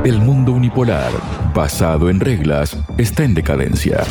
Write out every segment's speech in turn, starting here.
El mundo unipolar, basado en reglas, está en decadencia.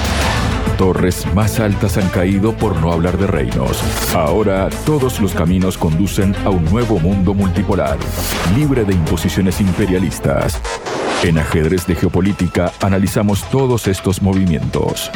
Torres más altas han caído por no hablar de reinos. Ahora todos los caminos conducen a un nuevo mundo multipolar, libre de imposiciones imperialistas. En Ajedrez de Geopolítica analizamos todos estos movimientos.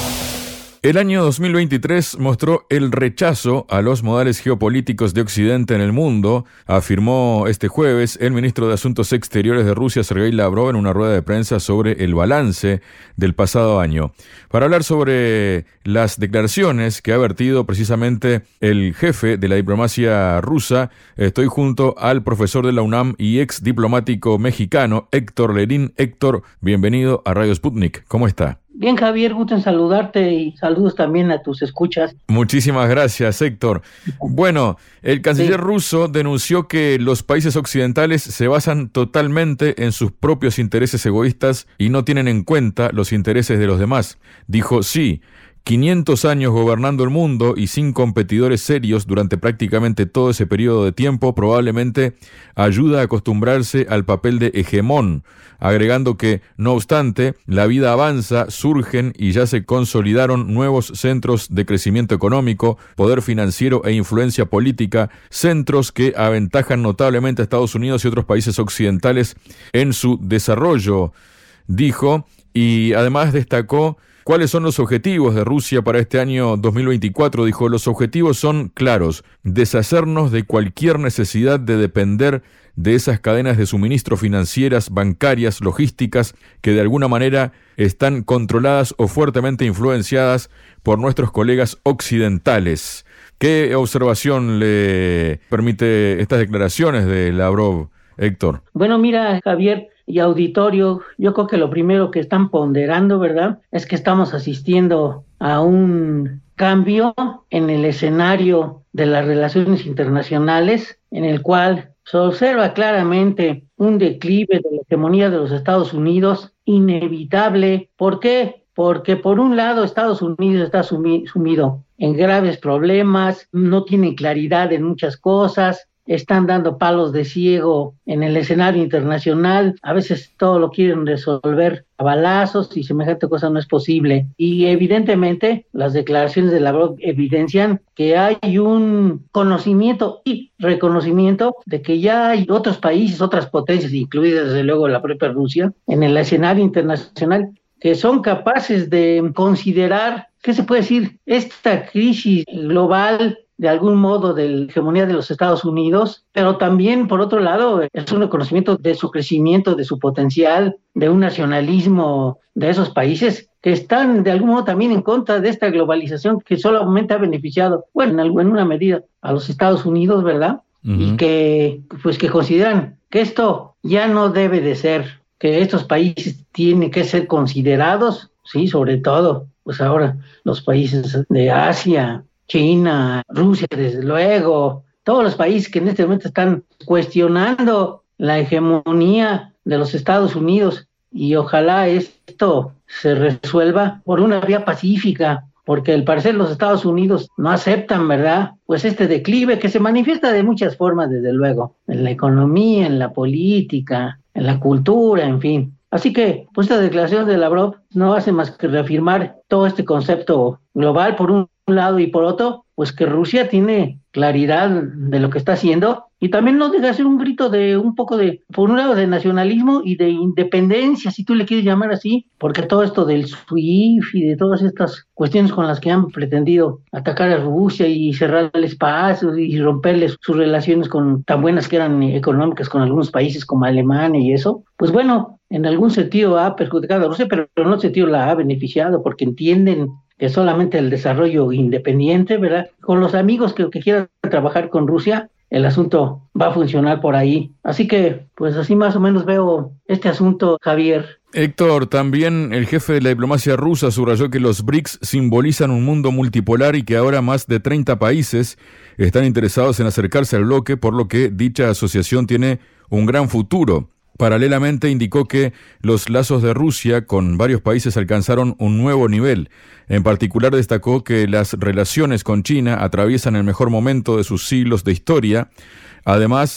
El año 2023 mostró el rechazo a los modales geopolíticos de Occidente en el mundo, afirmó este jueves el ministro de Asuntos Exteriores de Rusia, Sergei Lavrov, en una rueda de prensa sobre el balance del pasado año. Para hablar sobre las declaraciones que ha vertido precisamente el jefe de la diplomacia rusa, estoy junto al profesor de la UNAM y ex diplomático mexicano, Héctor Lerín. Héctor, bienvenido a Radio Sputnik. ¿Cómo está? Bien, Javier, gusto en saludarte y saludos también a tus escuchas. Muchísimas gracias, Héctor. Bueno, el canciller ruso denunció que los países occidentales se basan totalmente en sus propios intereses egoístas y no tienen en cuenta los intereses de los demás. Dijo, sí, 500 años gobernando el mundo y sin competidores serios durante prácticamente todo ese periodo de tiempo probablemente ayuda a acostumbrarse al papel de hegemón, agregando que, no obstante, la vida avanza, surgen y ya se consolidaron nuevos centros de crecimiento económico, poder financiero e influencia política, centros que aventajan notablemente a Estados Unidos y otros países occidentales en su desarrollo, dijo, y además destacó ¿cuáles son los objetivos de Rusia para este año 2024? Dijo, los objetivos son claros, deshacernos de cualquier necesidad de depender de esas cadenas de suministro financieras, bancarias, logísticas, que de alguna manera están controladas o fuertemente influenciadas por nuestros colegas occidentales. ¿Qué observación le permite estas declaraciones de Lavrov, Héctor? Bueno, mira, Javier y auditorio, yo creo que lo primero que están ponderando, ¿verdad?, es que estamos asistiendo a un cambio en el escenario de las relaciones internacionales, en el cual se observa claramente un declive de la hegemonía de los Estados Unidos inevitable. ¿Por qué? Porque por un lado Estados Unidos está sumido en graves problemas, no tiene claridad en muchas cosas, están dando palos de ciego en el escenario internacional, a veces todo lo quieren resolver a balazos y semejante cosa no es posible. Y evidentemente las declaraciones de Lavrov evidencian que hay un conocimiento y reconocimiento de que ya hay otros países, otras potencias, incluidas desde luego la propia Rusia, en el escenario internacional, que son capaces de considerar, ¿qué se puede decir?, esta crisis global de algún modo de la hegemonía de los Estados Unidos, pero también, por otro lado, es un reconocimiento de su crecimiento, de su potencial, de un nacionalismo de esos países que están de algún modo también en contra de esta globalización que solamente ha beneficiado, bueno, en una medida a los Estados Unidos, ¿verdad? Uh-huh. Y que consideran que esto ya no debe de ser, que estos países tienen que ser considerados, sí, sobre todo, pues ahora los países de Asia, China, Rusia, desde luego, todos los países que en este momento están cuestionando la hegemonía de los Estados Unidos, y ojalá esto se resuelva por una vía pacífica, porque al parecer los Estados Unidos no aceptan, ¿verdad?, pues este declive que se manifiesta de muchas formas, desde luego, en la economía, en la política, en la cultura, en fin. Así que, pues esta declaración de Lavrov no hace más que reafirmar todo este concepto global por un lado y por otro, pues que Rusia tiene claridad de lo que está haciendo y también nos deja hacer un grito de un poco de, por un lado, de nacionalismo y de independencia, si tú le quieres llamar así, porque todo esto del SWIFT y de todas estas cuestiones con las que han pretendido atacar a Rusia y cerrar el espacio y romperles sus relaciones tan buenas que eran económicas con algunos países como Alemania y eso, pues bueno, en algún sentido ha perjudicado a Rusia, pero en otro sentido la ha beneficiado porque entienden que solamente el desarrollo independiente, ¿verdad?, con los amigos que quieran trabajar con Rusia, el asunto va a funcionar por ahí. Así que, pues así más o menos veo este asunto, Javier. Héctor, también el jefe de la diplomacia rusa subrayó que los BRICS simbolizan un mundo multipolar y que ahora más de 30 países están interesados en acercarse al bloque, por lo que dicha asociación tiene un gran futuro. Paralelamente indicó que los lazos de Rusia con varios países alcanzaron un nuevo nivel. En particular destacó que las relaciones con China atraviesan el mejor momento de sus siglos de historia. Además,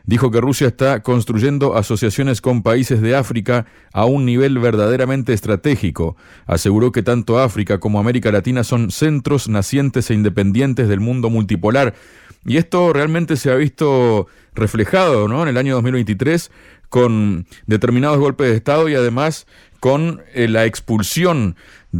Dijo que Rusia está construyendo asociaciones con países de África a un nivel verdaderamente estratégico. Aseguró que tanto África como América Latina son centros nacientes e independientes del mundo multipolar. Y esto realmente se ha visto reflejado, ¿no?, en el año 2023 con determinados golpes de Estado y además con la expulsión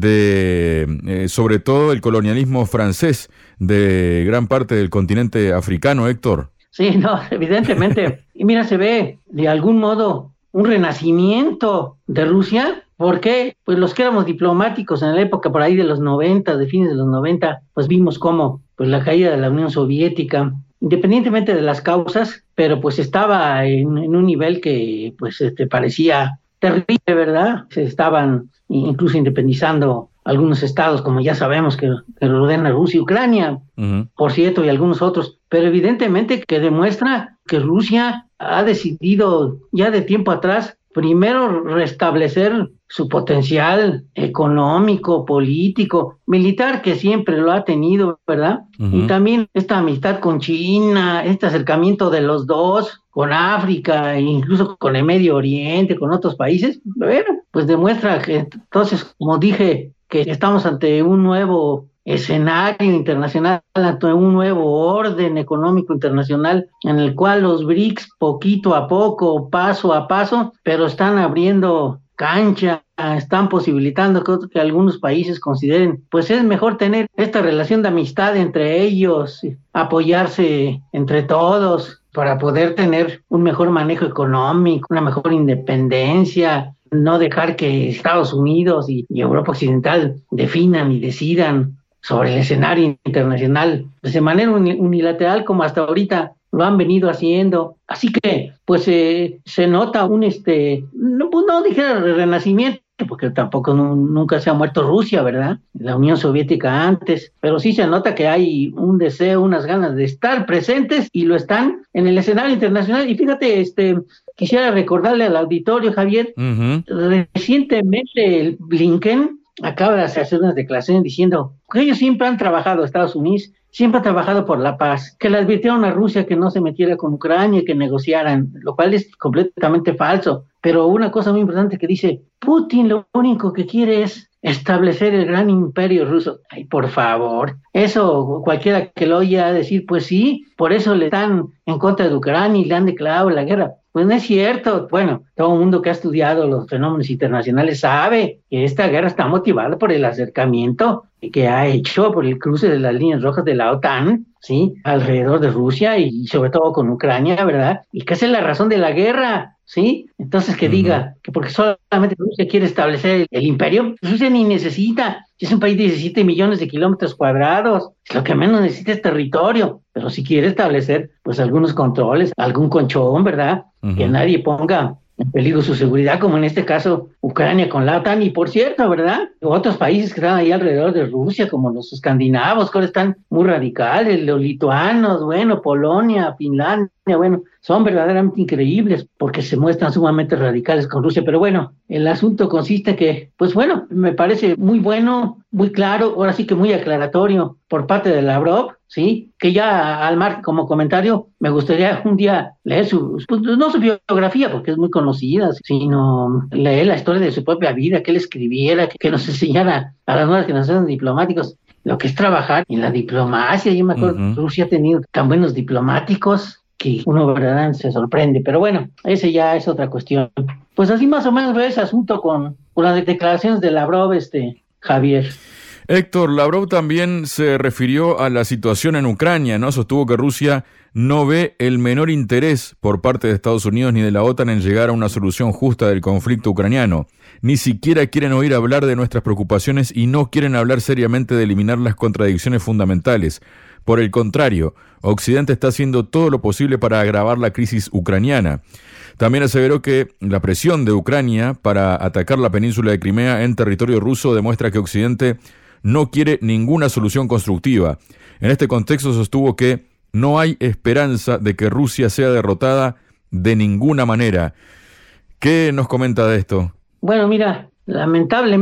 de, sobre todo, el colonialismo francés de gran parte del continente africano, Héctor. Sí, no, evidentemente. Y mira, se ve de algún modo un renacimiento de Rusia. ¿Por qué? Pues los que éramos diplomáticos en la época por ahí de los 90, de fines de los 90, pues vimos cómo pues la caída de la Unión Soviética, independientemente de las causas, pero pues estaba en un nivel que pues parecía terrible, ¿verdad? Se estaban incluso independizando algunos estados, como ya sabemos, que rodean a Rusia y Ucrania, por cierto, y algunos otros, pero evidentemente que demuestra que Rusia ha decidido ya de tiempo atrás primero restablecer su potencial económico, político, militar, que siempre lo ha tenido, ¿verdad? Y también esta amistad con China, este acercamiento de los dos, con África, e incluso con el Medio Oriente, con otros países, bueno, pues demuestra que entonces, como dije, que estamos ante un nuevo escenario internacional, ante un nuevo orden económico internacional en el cual los BRICS poquito a poco, paso a paso, pero están abriendo cancha, están posibilitando que algunos países consideren, pues es mejor tener esta relación de amistad entre ellos, apoyarse entre todos para poder tener un mejor manejo económico, una mejor independencia, no dejar que Estados Unidos y Europa Occidental definan y decidan sobre el escenario internacional pues de manera unilateral como hasta ahorita lo han venido haciendo. Así que pues se nota un no dijera renacimiento, porque tampoco nunca se ha muerto Rusia, ¿verdad? La Unión Soviética antes, pero sí se nota que hay un deseo, unas ganas de estar presentes y lo están en el escenario internacional. Y fíjate, quisiera recordarle al auditorio, Javier, recientemente el Blinken acaba de hacer unas declaraciones diciendo que ellos siempre han trabajado, Estados Unidos siempre ha trabajado por la paz, que le advirtieron a Rusia que no se metiera con Ucrania y que negociaran, lo cual es completamente falso. Pero una cosa muy importante que dice, Putin lo único que quiere es establecer el gran imperio ruso. Ay, por favor, eso cualquiera que lo oiga decir, pues sí, por eso le están en contra de Ucrania y le han declarado la guerra. Pues no es cierto. Bueno, todo el mundo que ha estudiado los fenómenos internacionales sabe que esta guerra está motivada por el acercamiento que ha hecho por el cruce de las líneas rojas de la OTAN, ¿sí?, alrededor de Rusia y sobre todo con Ucrania, ¿verdad? Y que esa es la razón de la guerra, ¿sí? Entonces que diga que porque solamente Rusia quiere establecer el imperio, Rusia ni necesita. Es un país de 17 millones de kilómetros cuadrados. Lo que menos necesita es territorio. Pero si quiere establecer, pues, algunos controles, algún conchón, ¿verdad? Que nadie ponga en peligro su seguridad, como en este caso Ucrania con la OTAN. Y por cierto, ¿verdad?, otros países que están ahí alrededor de Rusia, como los escandinavos, que ahora están muy radicales, los lituanos, bueno, Polonia, Finlandia, bueno, son verdaderamente increíbles porque se muestran sumamente radicales con Rusia. Pero bueno, el asunto consiste que, pues bueno, me parece muy bueno, muy claro, ahora sí que muy aclaratorio por parte de Lavrov, ¿sí? Que ya al margen como comentario, me gustaría un día leer pues, no su biografía, porque es muy conocida, sino leer la historia de su propia vida, que él escribiera, que nos enseñara a las nuevas generaciones diplomáticos lo que es trabajar en la diplomacia. Yo me acuerdo que Rusia ha tenido tan buenos diplomáticos que uno verdaderamente se sorprende, pero bueno, ese ya es otra cuestión. Pues así más o menos veo ese asunto con las declaraciones de Lavrov, Javier. Héctor, Lavrov también se refirió a la situación en Ucrania, ¿no? Sostuvo que Rusia no ve el menor interés por parte de Estados Unidos ni de la OTAN en llegar a una solución justa del conflicto ucraniano. Ni siquiera quieren oír hablar de nuestras preocupaciones y no quieren hablar seriamente de eliminar las contradicciones fundamentales. Por el contrario, Occidente está haciendo todo lo posible para agravar la crisis ucraniana. También aseveró que la presión de Ucrania para atacar la península de Crimea en territorio ruso demuestra que Occidente no quiere ninguna solución constructiva. En este contexto sostuvo que no hay esperanza de que Rusia sea derrotada de ninguna manera. ¿Qué nos comenta de esto? Bueno, mira, lamentablemente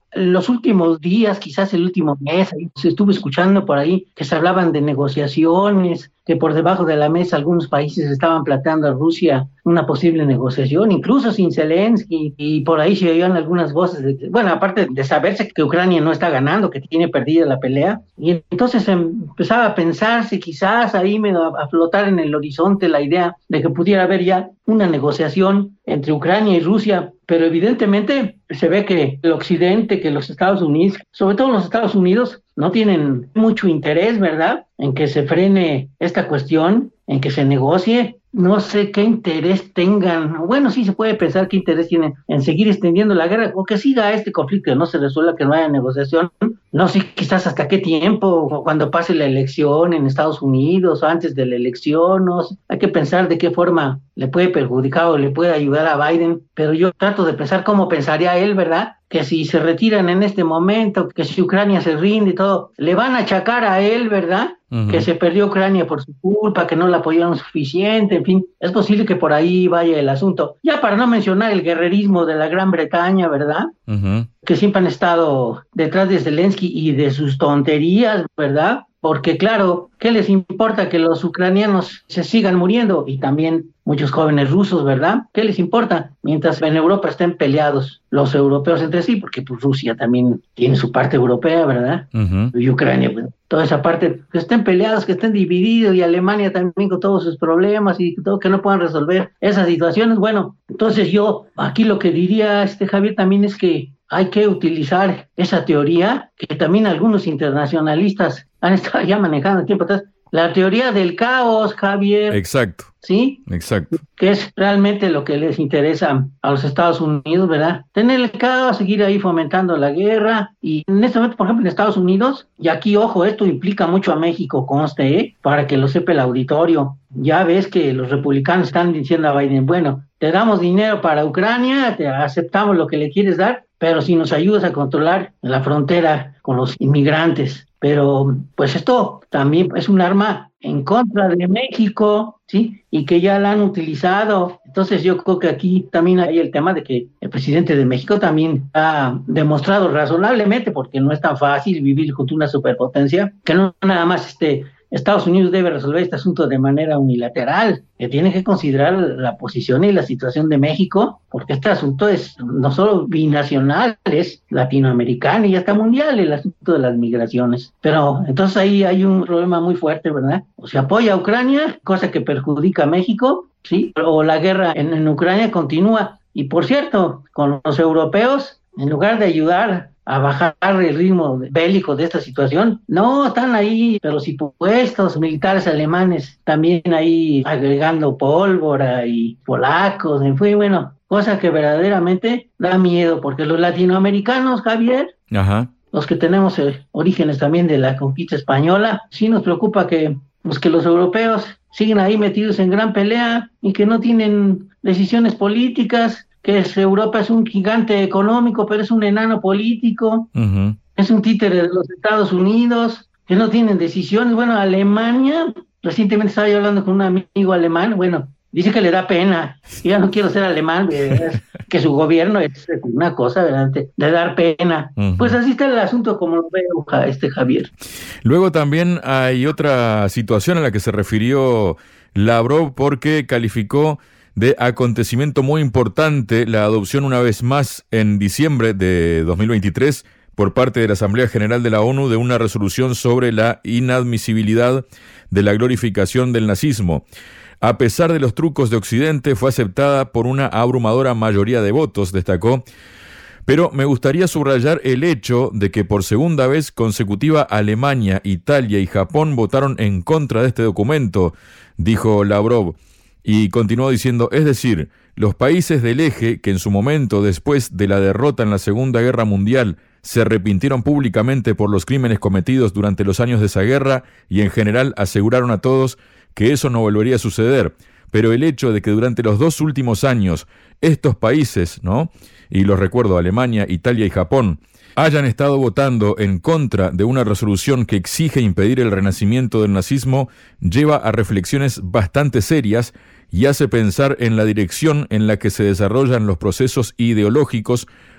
los últimos días, quizás el último mes, se estuvo escuchando por ahí que se hablaban de negociaciones, que por debajo de la mesa algunos países estaban planteando a Rusia una posible negociación, incluso sin Zelensky, y por ahí se oían algunas voces, bueno, aparte de saberse que Ucrania no está ganando, que tiene perdida la pelea, y entonces empezaba a pensarse, quizás ahí a flotar en el horizonte la idea de que pudiera haber ya una negociación entre Ucrania y Rusia, pero evidentemente se ve que el Occidente, que los Estados Unidos, sobre todo los Estados Unidos, no tienen mucho interés, ¿verdad?, en que se frene esta cuestión, en que se negocie. No sé qué interés tengan, bueno, sí se puede pensar qué interés tienen en seguir extendiendo la guerra, o que siga este conflicto, no se resuelva, que no haya negociación. No sé quizás hasta qué tiempo, cuando pase la elección en Estados Unidos, o antes de la elección, no sé. Hay que pensar de qué forma le puede perjudicar o le puede ayudar a Biden, pero yo trato de pensar cómo pensaría él, ¿verdad?, que si se retiran en este momento, que si Ucrania se rinde y todo, le van a achacar a él, ¿verdad?, que se perdió Ucrania por su culpa, que no la apoyaron suficiente, en fin, es posible que por ahí vaya el asunto. Ya para no mencionar el guerrerismo de la Gran Bretaña, ¿verdad?, que siempre han estado detrás de Zelensky y de sus tonterías, ¿verdad?, porque claro, ¿qué les importa que los ucranianos se sigan muriendo? Y también muchos jóvenes rusos, ¿verdad? ¿Qué les importa? Mientras en Europa estén peleados los europeos entre sí, porque pues Rusia también tiene su parte europea, ¿verdad? Y Ucrania, pues, toda esa parte, que estén peleados, que estén divididos, y Alemania también con todos sus problemas y todo, que no puedan resolver esas situaciones. Bueno, entonces yo aquí lo que diría Javier también es que hay que utilizar esa teoría que también algunos internacionalistas han estado ya manejando tiempo atrás, la teoría del caos, Javier. Exacto. ¿Sí? Exacto. Que es realmente lo que les interesa a los Estados Unidos, ¿verdad? Tener el caos, seguir ahí fomentando la guerra. Y en este momento, por ejemplo, en Estados Unidos, y aquí, ojo, esto implica mucho a México, conste, para que lo sepa el auditorio. Ya ves que los republicanos están diciendo a Biden, bueno, te damos dinero para Ucrania, te aceptamos lo que le quieres dar, pero si nos ayudas a controlar la frontera con los inmigrantes. Pero pues esto también es un arma en contra de México, ¿sí? Y que ya la han utilizado. Entonces yo creo que aquí también hay el tema de que el presidente de México también ha demostrado razonablemente, porque no es tan fácil vivir junto a una superpotencia, que no nada más Estados Unidos debe resolver este asunto de manera unilateral, que tiene que considerar la posición y la situación de México, porque este asunto es no solo binacional, es latinoamericano y hasta mundial, el asunto de las migraciones. Pero entonces ahí hay un problema muy fuerte, ¿verdad? O se apoya a Ucrania, cosa que perjudica a México, ¿sí? O la guerra en Ucrania continúa. Y por cierto, con los europeos, en lugar de ayudar a bajar el ritmo bélico de esta situación, no, están ahí, pero si puestos militares alemanes también ahí agregando pólvora, y polacos, en fin, bueno, cosa que verdaderamente da miedo, porque los latinoamericanos, Javier, los que tenemos orígenes también de la conquista española, sí nos preocupa que los europeos siguen ahí metidos en gran pelea y que no tienen decisiones políticas, que Europa es un gigante económico, pero es un enano político, es un títere de los Estados Unidos, que no tienen decisiones. Bueno, Alemania, recientemente estaba yo hablando con un amigo alemán, bueno, dice que le da pena, yo ya no quiero ser alemán, que su gobierno es una cosa, ¿verdad?, de dar pena. Pues así está el asunto como lo veo, Javier. Luego también hay otra situación a la que se refirió Lavrov, porque calificó de acontecimiento muy importante la adopción una vez más en diciembre de 2023 por parte de la Asamblea General de la ONU de una resolución sobre la inadmisibilidad de la glorificación del nazismo. A pesar de los trucos de Occidente, fue aceptada por una abrumadora mayoría de votos, destacó. Pero me gustaría subrayar el hecho de que por segunda vez consecutiva Alemania, Italia y Japón votaron en contra de este documento, dijo Lavrov. Y continuó diciendo, es decir, los países del eje que en su momento, después de la derrota en la Segunda Guerra Mundial, se arrepintieron públicamente por los crímenes cometidos durante los años de esa guerra y en general aseguraron a todos que eso no volvería a suceder. Pero el hecho de que durante los 2 últimos años estos países, ¿no?, y los recuerdo, Alemania, Italia y Japón, hayan estado votando en contra de una resolución que exige impedir el renacimiento del nazismo, lleva a reflexiones bastante serias y hace pensar en la dirección en la que se desarrollan los procesos ideológicos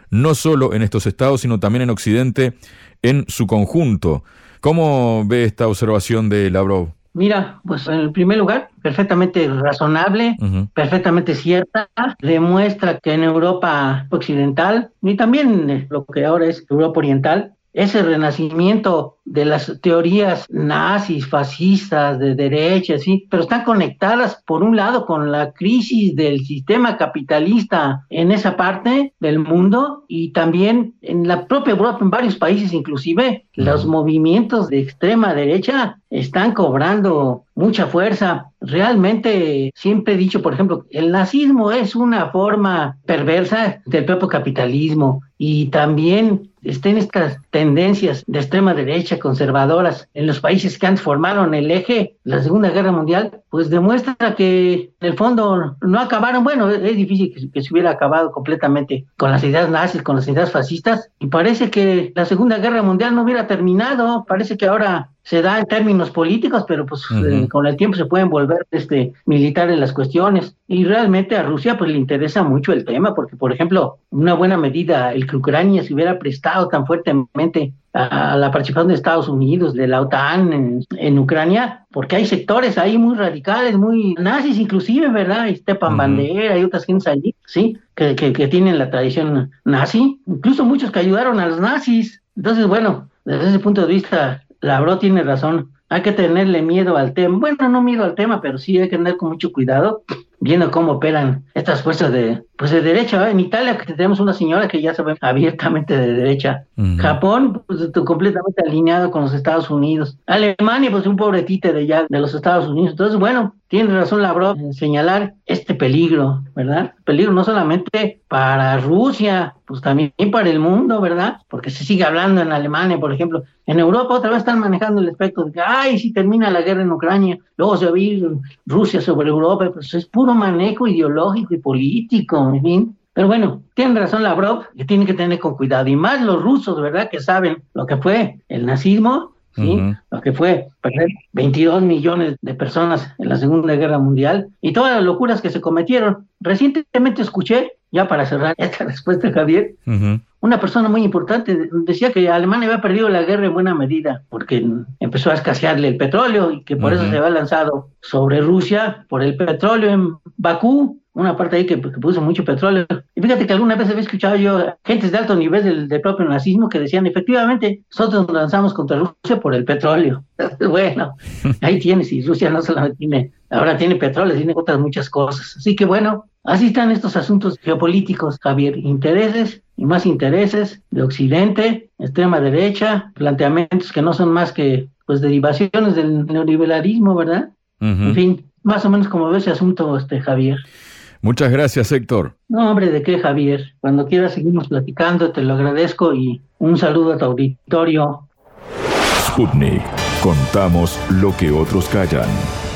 no solo en estos estados, sino también en Occidente en su conjunto. ¿Cómo ve esta observación de Lavrov? Mira, pues en primer lugar, perfectamente razonable, perfectamente cierta, demuestra que en Europa occidental y también lo que ahora es Europa oriental, ese renacimiento de las teorías nazis, fascistas, de derecha, sí, pero están conectadas por un lado con la crisis del sistema capitalista en esa parte del mundo y también en la propia Europa, en varios países inclusive, los movimientos de extrema derecha están cobrando mucha fuerza. Realmente siempre he dicho, por ejemplo, el nazismo es una forma perversa del propio capitalismo y también estén estas tendencias de extrema derecha conservadoras en los países que antes formaron el eje de la Segunda Guerra Mundial, pues demuestra que en el fondo no acabaron. Bueno, es difícil que se hubiera acabado completamente con las ideas nazis, con las ideas fascistas, y parece que la Segunda Guerra Mundial no hubiera terminado. Parece que ahora se da en términos políticos, pero pues con el tiempo se pueden volver militares las cuestiones. Y realmente a Rusia pues le interesa mucho el tema, porque por ejemplo, una buena medida, el que Ucrania se hubiera prestado tan fuertemente a la participación de Estados Unidos, de la OTAN en Ucrania, porque hay sectores ahí muy radicales, muy nazis inclusive, ¿verdad? Stepan Bandera y otras gentes allí, ¿sí? Que tienen la tradición nazi, incluso muchos que ayudaron a los nazis. Entonces, bueno, desde ese punto de vista, Lavrov tiene razón. Hay que tenerle miedo al tema. Bueno, no miedo al tema, pero sí hay que tener con mucho cuidado viendo cómo operan estas fuerzas de derecha. En Italia tenemos una señora que ya se ve abiertamente de derecha. Japón, pues completamente alineado con los Estados Unidos. Alemania, pues un pobre títere de los Estados Unidos. Entonces, bueno, tiene razón Lavrov en señalar este peligro, ¿verdad? Peligro no solamente para Rusia, pues también para el mundo, ¿verdad? Porque se sigue hablando en Alemania, por ejemplo. En Europa otra vez están manejando el aspecto de que, ay, si termina la guerra en Ucrania, luego se va a ir Rusia sobre Europa. Pues es puro manejo ideológico y político, en fin. Pero bueno, tiene razón Lavrov, que tiene que tener con cuidado. Y más los rusos, ¿verdad? Que saben lo que fue el nazismo, ¿sí? Lo que fue perder 22 millones de personas en la Segunda Guerra Mundial y todas las locuras que se cometieron. Recientemente escuché, ya para cerrar esta respuesta, Javier, una persona muy importante decía que Alemania había perdido la guerra en buena medida porque empezó a escasearle el petróleo y que por eso se había lanzado sobre Rusia por el petróleo en Bakú, una parte ahí que puso mucho petróleo. Y fíjate que alguna vez había escuchado yo gentes de alto nivel del propio nazismo que decían, efectivamente, nosotros nos lanzamos contra Rusia por el petróleo. Bueno, ahí tienes, y Rusia no solamente tiene, ahora tiene petróleo, tiene otras muchas cosas. Así que bueno, así están estos asuntos geopolíticos, Javier. Intereses y más intereses de Occidente, extrema derecha, planteamientos que no son más que pues derivaciones del neoliberalismo, ¿verdad? En fin, más o menos como ves ese asunto, Javier. Muchas gracias, Héctor. No, hombre, ¿de qué, Javier? Cuando quieras seguimos platicando, te lo agradezco y un saludo a tu auditorio. Sputnik. Contamos lo que otros callan.